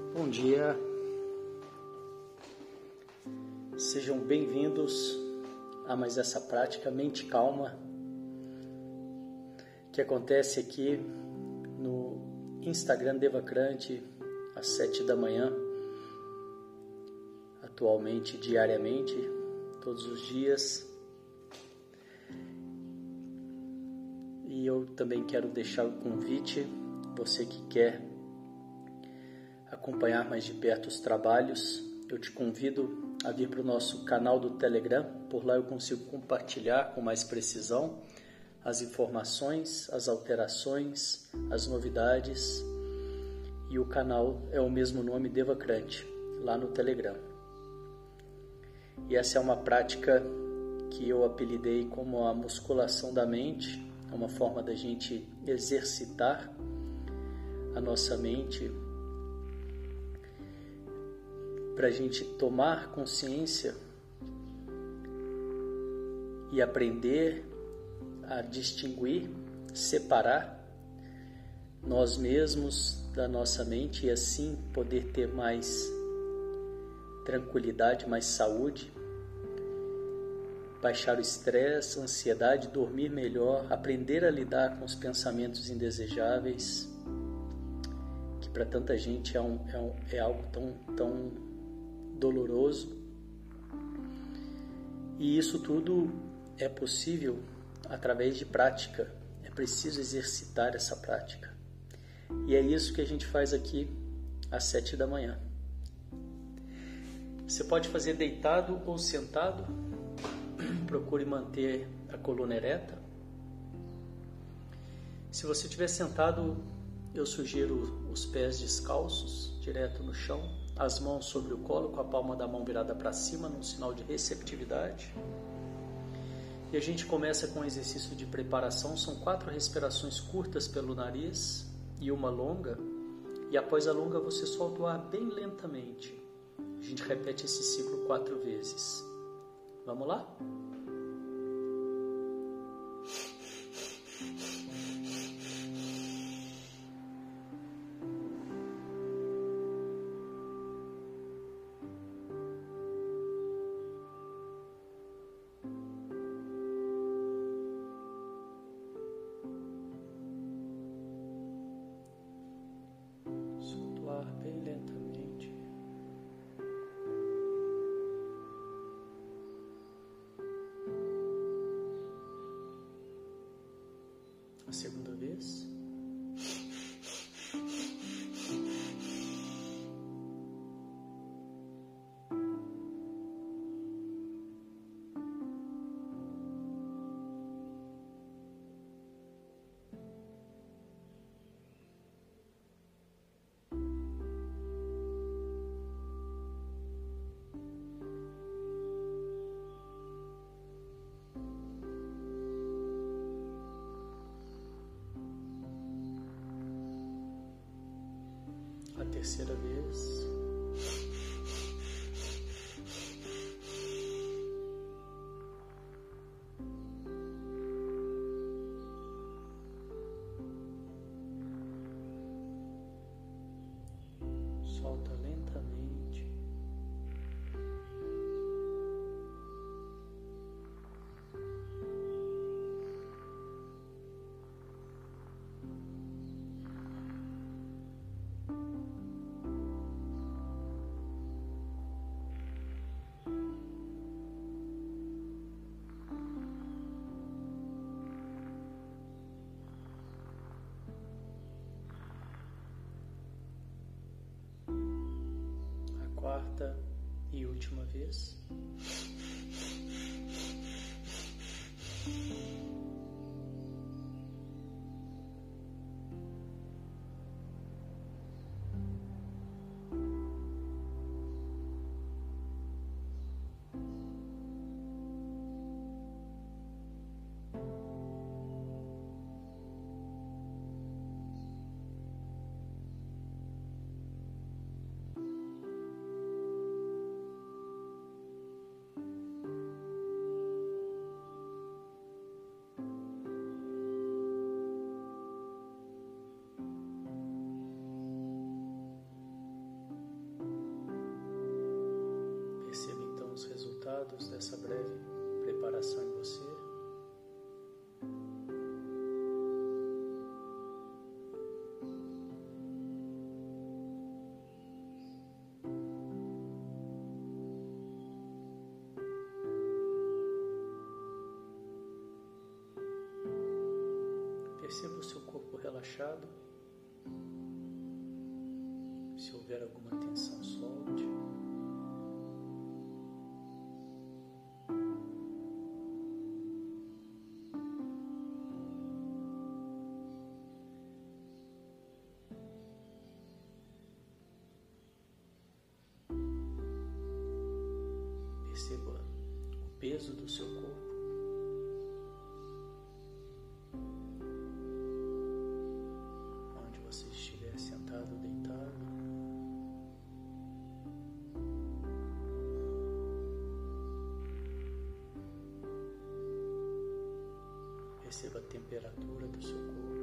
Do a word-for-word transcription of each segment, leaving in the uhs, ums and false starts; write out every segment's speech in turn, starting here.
Bom dia, sejam bem-vindos a mais essa prática Mente Calma que acontece aqui no Instagram Devacrante às sete da manhã, atualmente, diariamente, todos os dias. E eu também quero deixar o convite, você que quer acompanhar mais de perto os trabalhos, eu te convido a vir para o nosso canal do Telegram. Por lá eu consigo compartilhar com mais precisão as informações, as alterações, as novidades, e o canal é o mesmo nome, Devacrante, lá no Telegram. E essa é uma prática que eu apelidei como a musculação da mente, é uma forma da gente exercitar a nossa mente, para a gente tomar consciência e aprender a distinguir, separar nós mesmos da nossa mente e assim poder ter mais tranquilidade, mais saúde, baixar o estresse, a ansiedade, dormir melhor, aprender a lidar com os pensamentos indesejáveis, que para tanta gente é, um, é, um, é algo tão, tão doloroso. E isso tudo é possível através de prática. É preciso exercitar essa prática. E é isso que a gente faz aqui às sete da manhã. Você pode fazer deitado ou sentado. Procure manter a coluna ereta. Se você estiver sentado, eu sugiro os pés descalços, direto no chão, as mãos sobre o colo, com a palma da mão virada para cima, num sinal de receptividade. E a gente começa com um exercício de preparação. São quatro respirações curtas pelo nariz e uma longa. E após a longa você solta o ar bem lentamente. A gente repete esse ciclo quatro vezes. Vamos lá? Bem lentamente. A segunda vez. A terceira vez. Solta lentamente. Quarta e última vez. resultados dessa breve preparação em você. Perceba o seu corpo relaxado. Se houver alguma tensão, solte. Perceba o peso do seu corpo. Perceba a temperatura do seu corpo.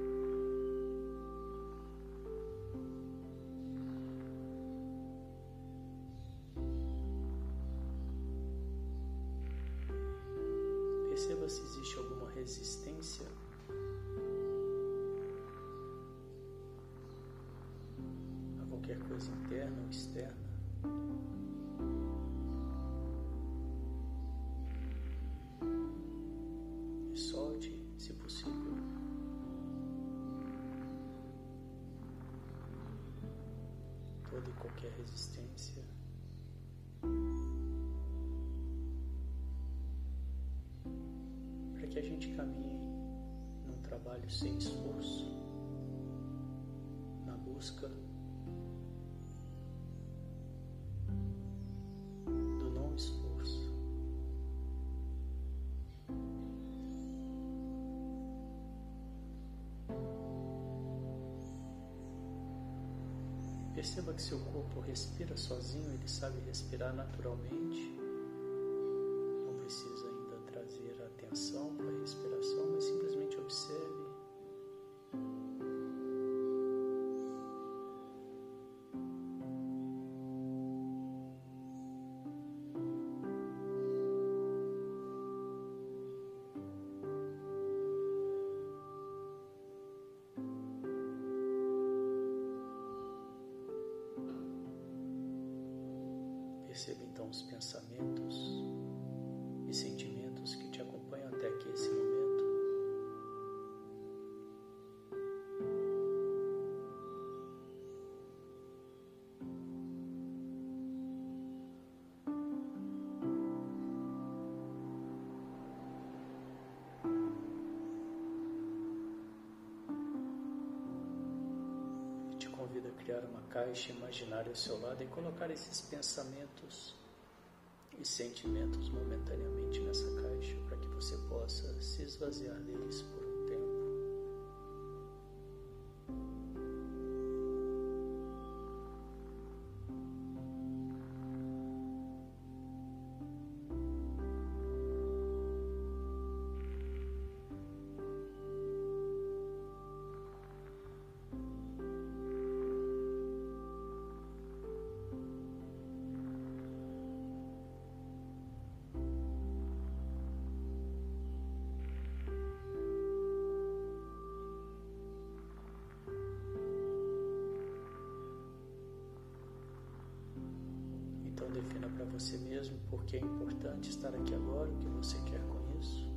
Perceba se existe alguma resistência a qualquer coisa interna ou externa. E solte, se possível. Toda e qualquer resistência. Para que a gente caminhe num trabalho sem esforço, na busca do não esforço. Perceba que seu corpo respira sozinho, ele sabe respirar naturalmente. Não precisa ainda trazer atenção para a respiração, mas simplesmente observe. Perceba então os pensamentos e sentimentos que te acompanham até aqui esse momento. Convido a criar uma caixa imaginária ao seu lado e colocar esses pensamentos e sentimentos momentaneamente nessa caixa para que você possa se esvaziar deles por um tempo. Então defina para você mesmo por que é importante estar aqui agora, o que você quer com isso.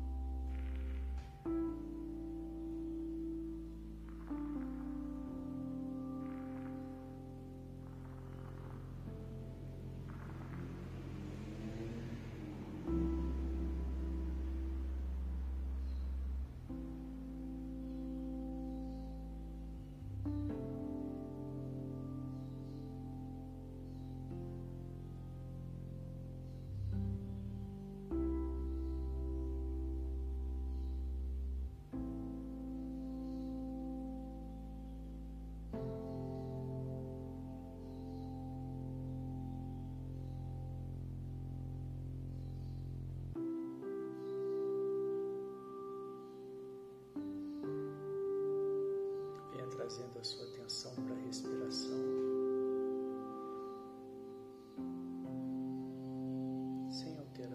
Trazendo a sua atenção para a respiração, sem alterar.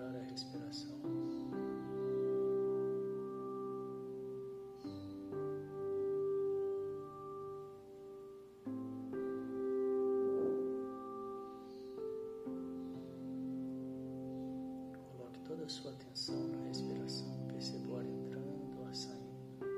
a sua atenção na respiração. Perceba o ar entrando, o ar saindo.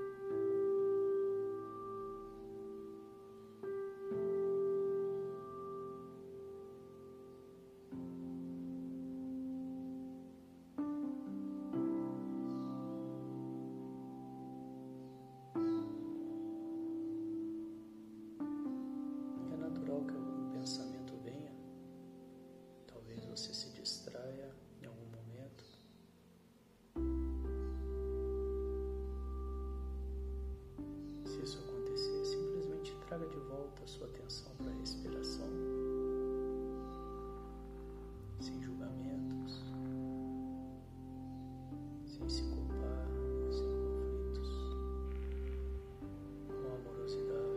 É natural que algum pensamento venha. Talvez você se distraia em algum momento. Se isso acontecer, simplesmente traga de volta a sua atenção para a respiração, sem julgamentos, sem se culpar, sem conflitos, com amorosidade.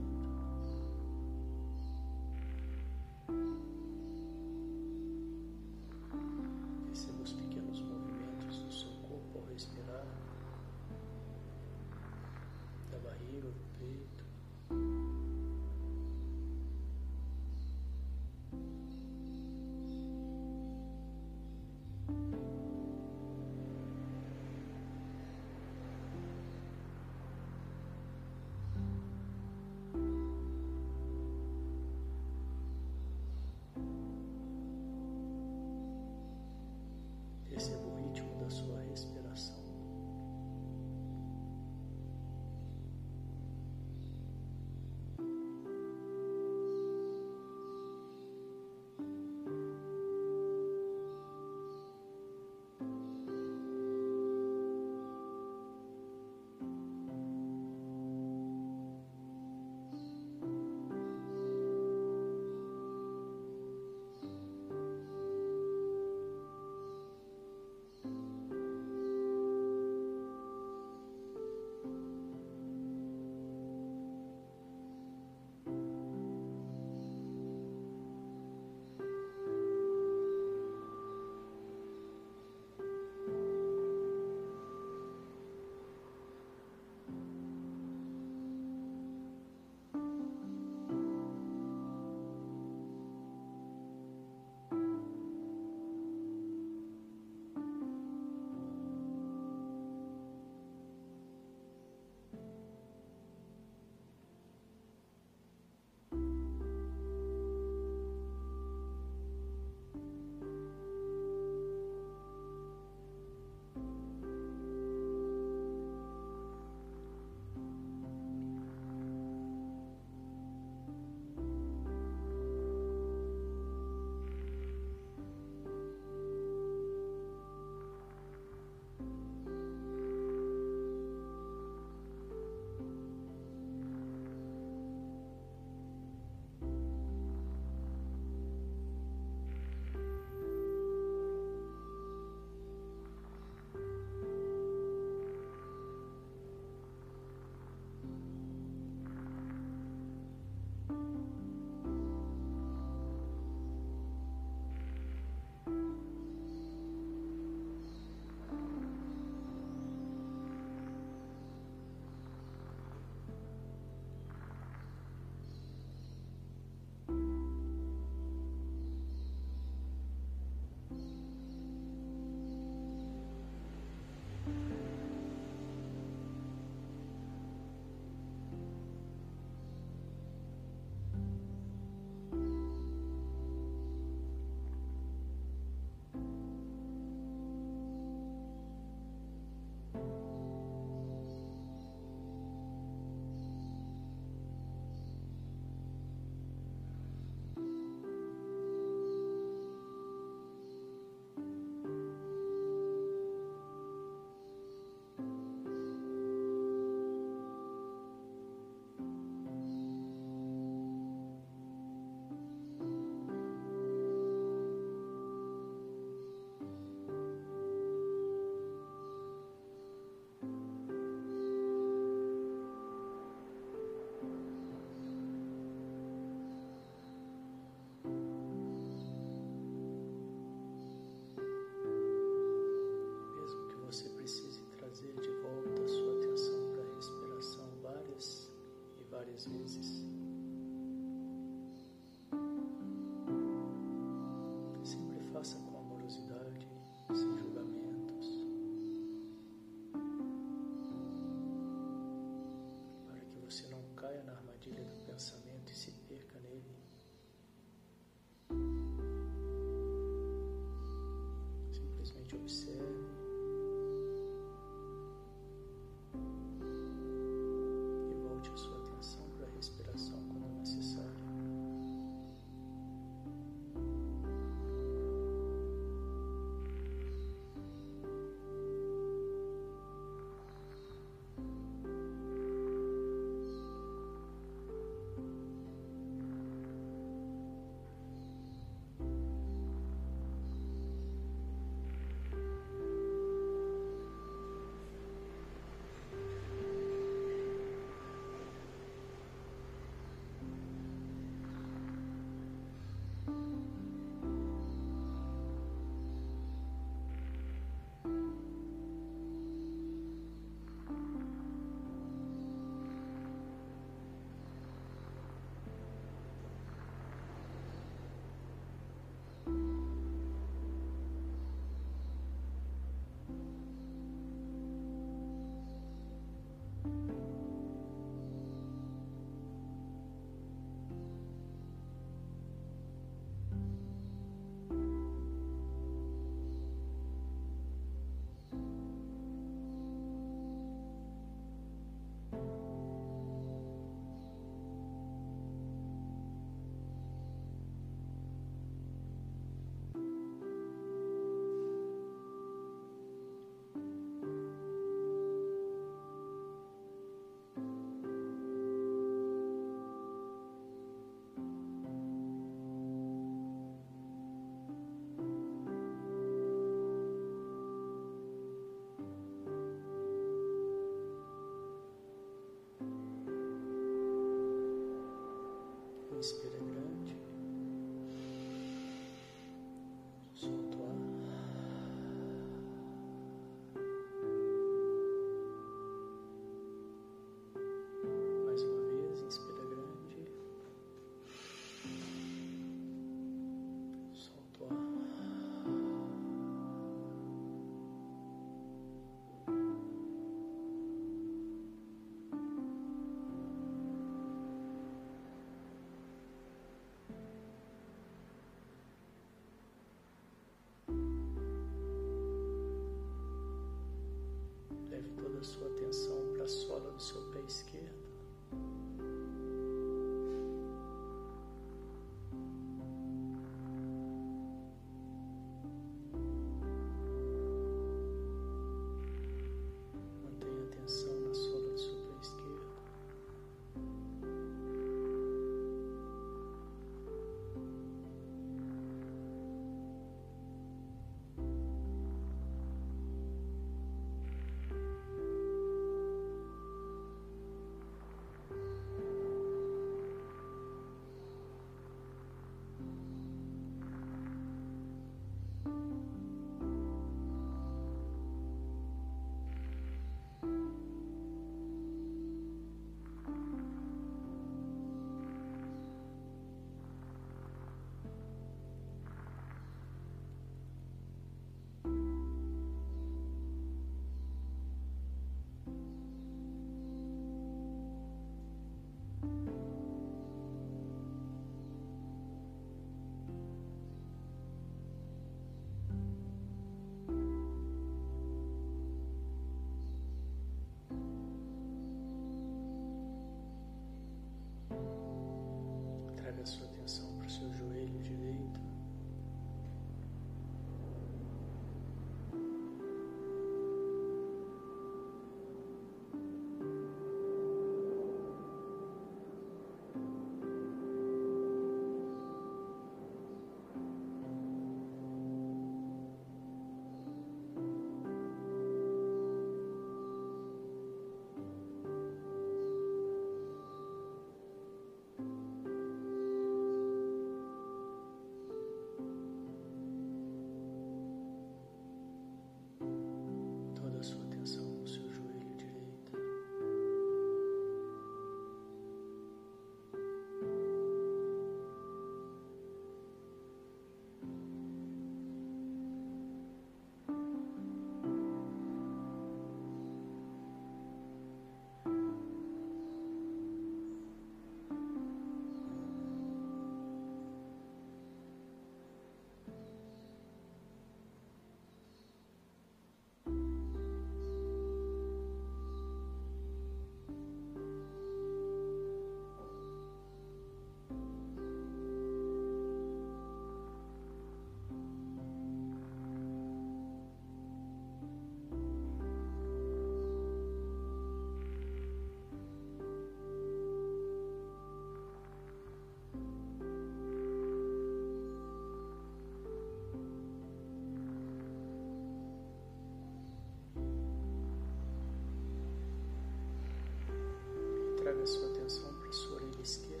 Traga a sua atenção para a sua orelha esquerda.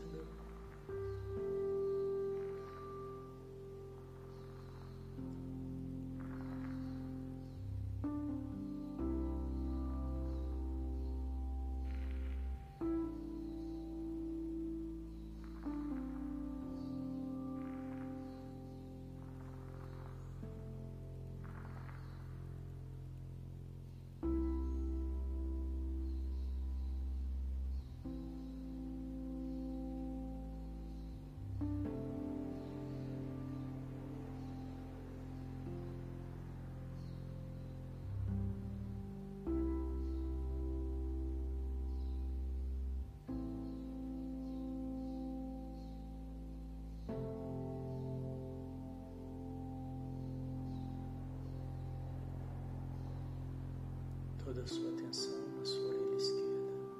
Toda a sua atenção na sua orelha esquerda.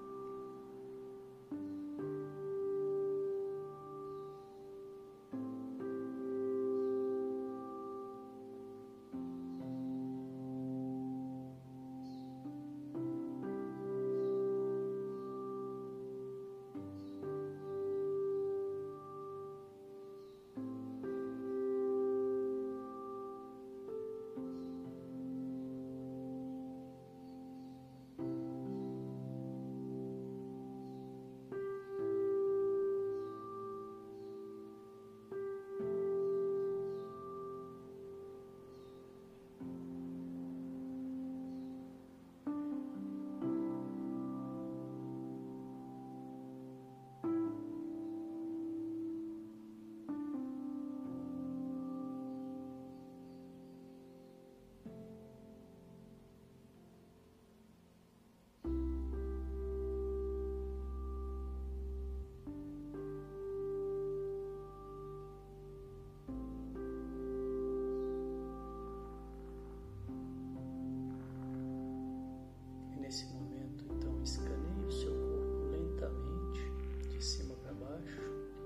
Nesse momento, então, escaneie o seu corpo lentamente, de cima para baixo,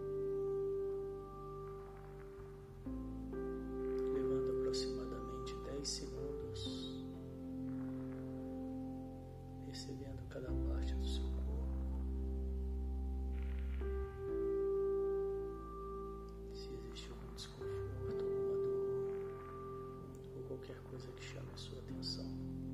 levando aproximadamente dez segundos, percebendo cada parte do seu corpo. Se existe algum desconforto, alguma dor, ou qualquer coisa que chame a sua atenção.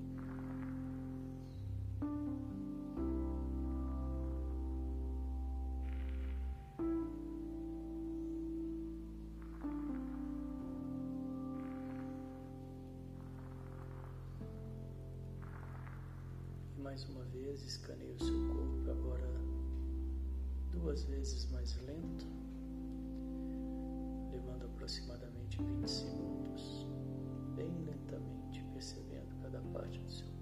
Mais uma vez, escaneie o seu corpo, agora duas vezes mais lento, levando aproximadamente vinte segundos, bem lentamente, percebendo cada parte do seu corpo.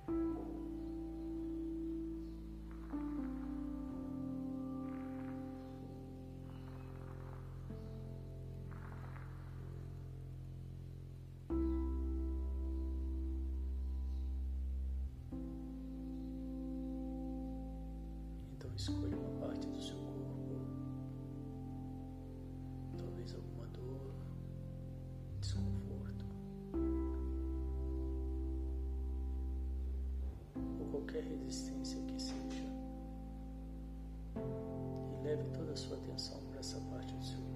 Escolha uma parte do seu corpo, talvez alguma dor, desconforto, ou qualquer resistência que seja, e leve toda a sua atenção para essa parte do seu corpo.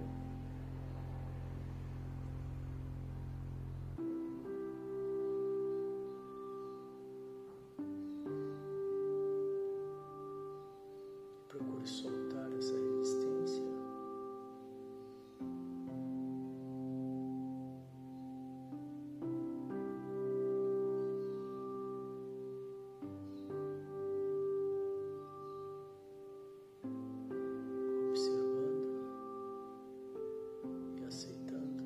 Procure soltar essa resistência. Observando e aceitando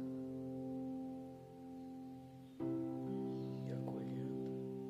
e acolhendo.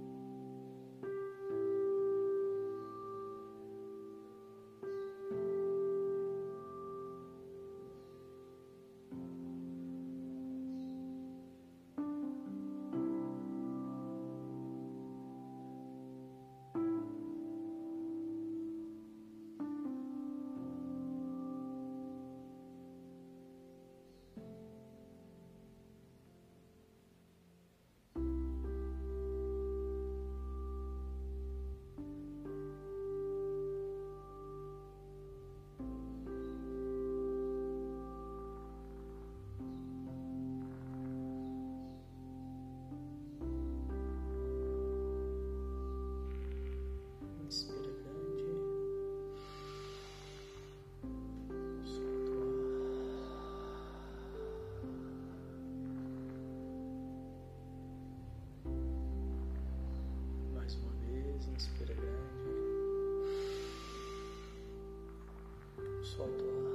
Inspira grande, solta o ar. Mais uma vez, inspira grande, solta o ar.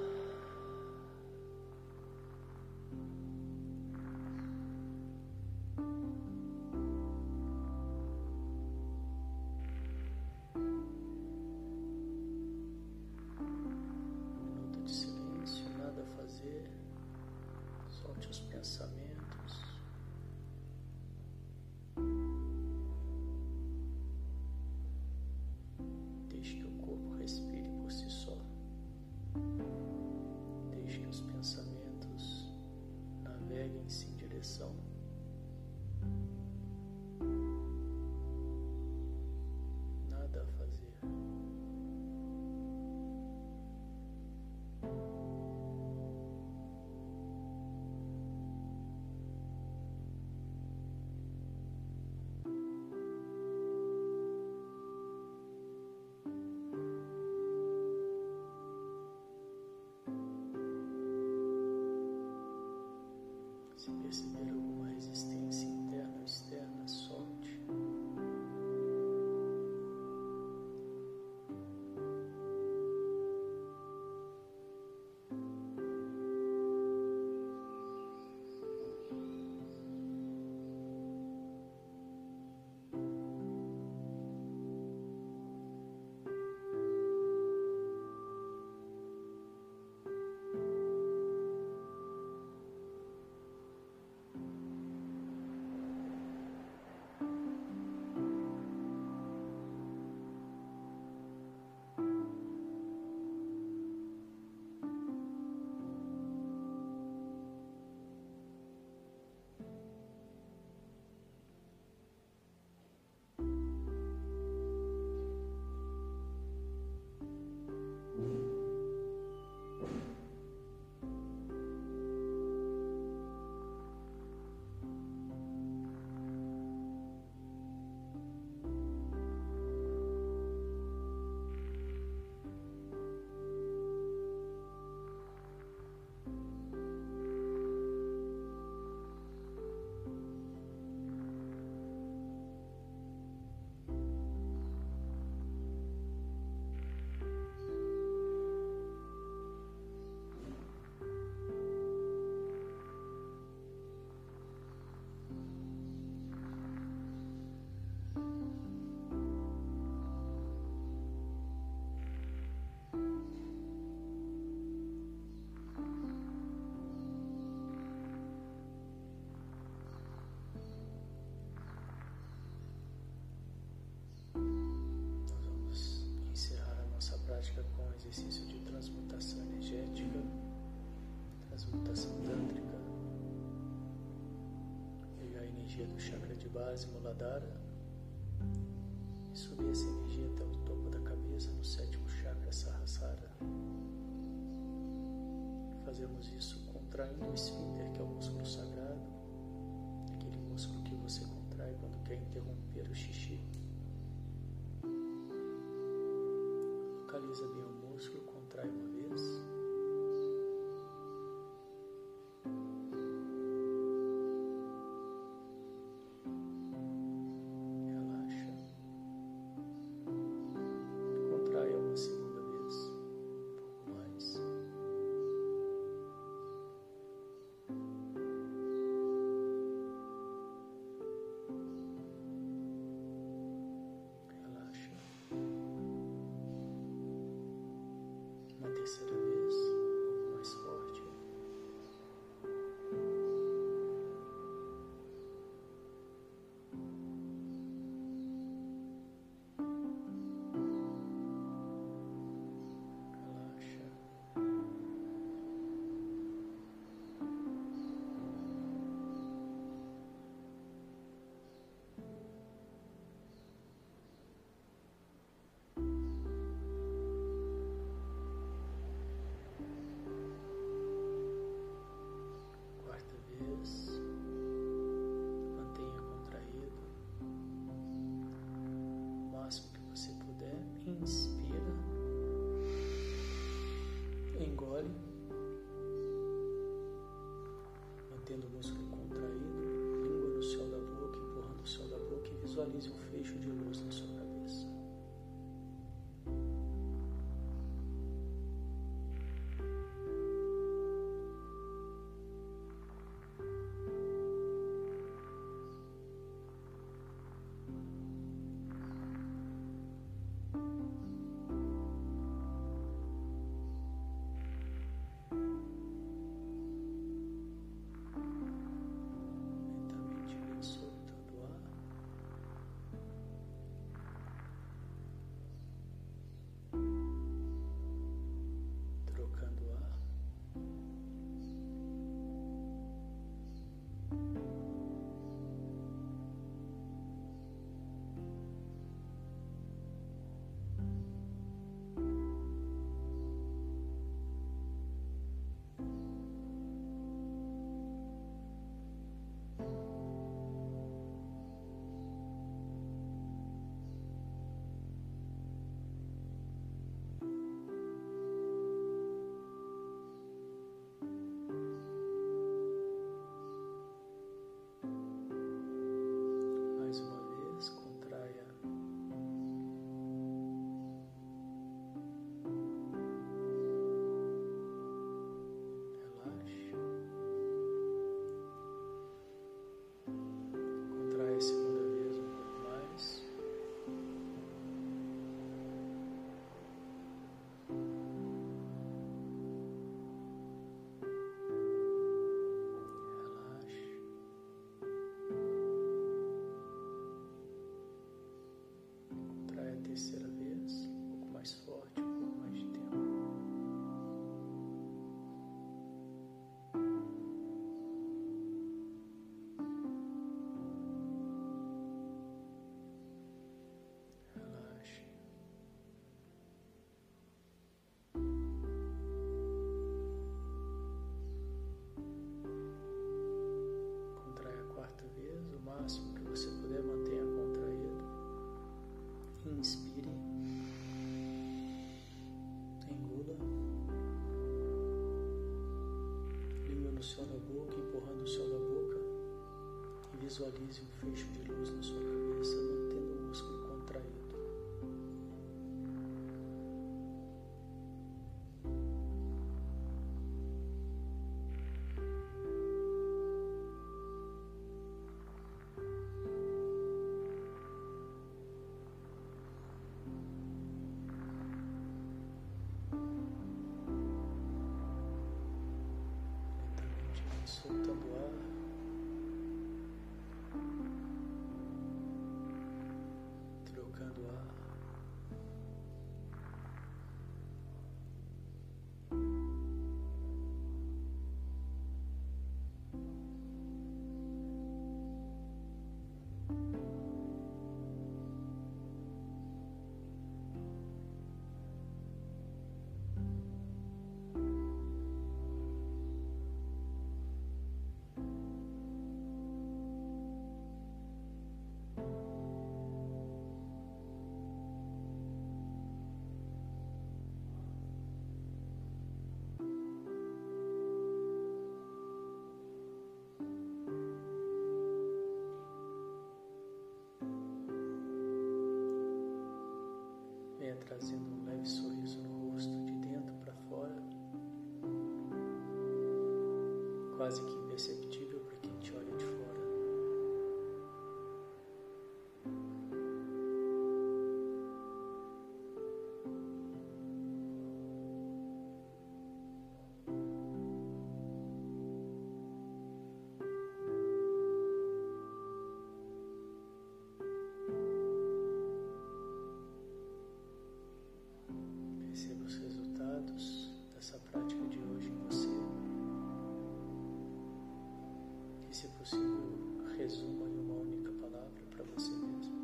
Solte os pensamentos. Deixe que o corpo respire por si só. Deixe que os pensamentos naveguem-se em direção. Nada a fazer. Se perceber alguma resistência interna ou externa, solte. energia do chakra de base, Muladhara, e subir essa energia até o topo da cabeça, no sétimo chakra, Sahasrara. Fazemos isso contraindo o esfíncter, que é o músculo sagrado, aquele músculo que você contrai quando quer interromper o xixi. Localiza bem o músculo, contrai uma vez. Relaxa. Contrai uma segunda vez, um pouco mais. Relaxa. Uma terceira vez, um pouco mais forte. Relaxa. Quarta vez, mantenha contraído o máximo que você puder. Inspira, engole, mantendo o músculo contraído, língua no céu da boca, empurrando o céu da boca, e visualize um fecho de luz na sua cabeça. Lentamente vem soltando o ar. Trocando o ar. Mais uma vez, contraia. Relaxe. Contrai a segunda vez um pouco mais. Relaxe. Contrai a terceira vez, um pouco mais forte, um pouco mais de tempo. Relaxe. Contrai a quarta vez, o máximo que você puder, mantenha contraído. Inspire. Engula. Língua no céu da boca, empurrando o céu da boca. E visualize um fecho de luz na sua cabeça, mantendo o músculo contraído. Lentamente vem soltando o ar. Trocando o ar. trazendo um leve sorriso no rosto, de dentro para fora, quase que imperceptível para quem te olha de fora. Perceba os resultados dessa prática de hoje em você. E, se possível, resuma em uma única palavra para você mesmo.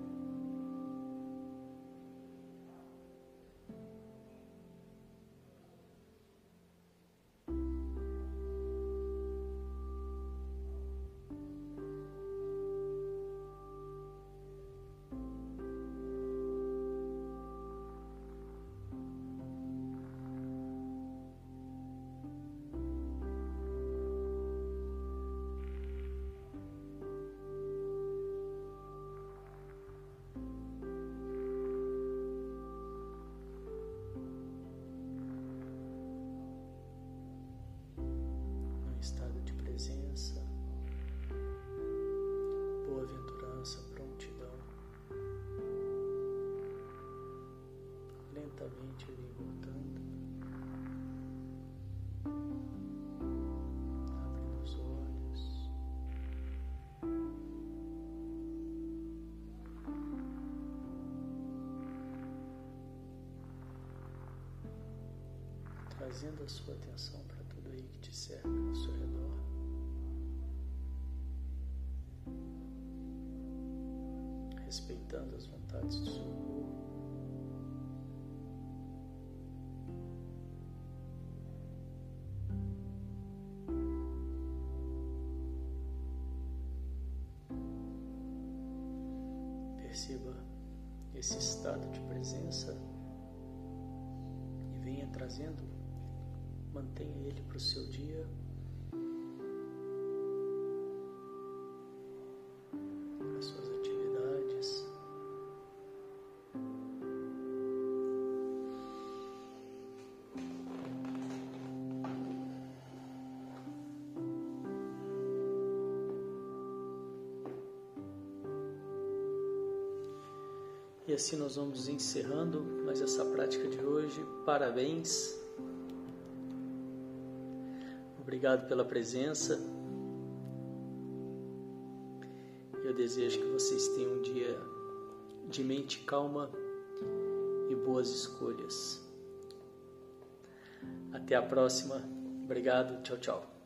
Estado de presença, boa-aventurança, prontidão. Lentamente eu vem voltando, abrindo os olhos, trazendo a sua atenção para tudo aí que te cerca ao seu redor. Respeitando as vontades do seu corpo. Perceba esse estado de presença e venha trazendo, mantenha ele para o seu dia. As suas atividades. E assim nós vamos encerrando mais essa prática de hoje. Parabéns. Obrigado pela presença. Eu desejo que vocês tenham um dia de mente calma e boas escolhas. Até a próxima. Obrigado. Tchau, tchau.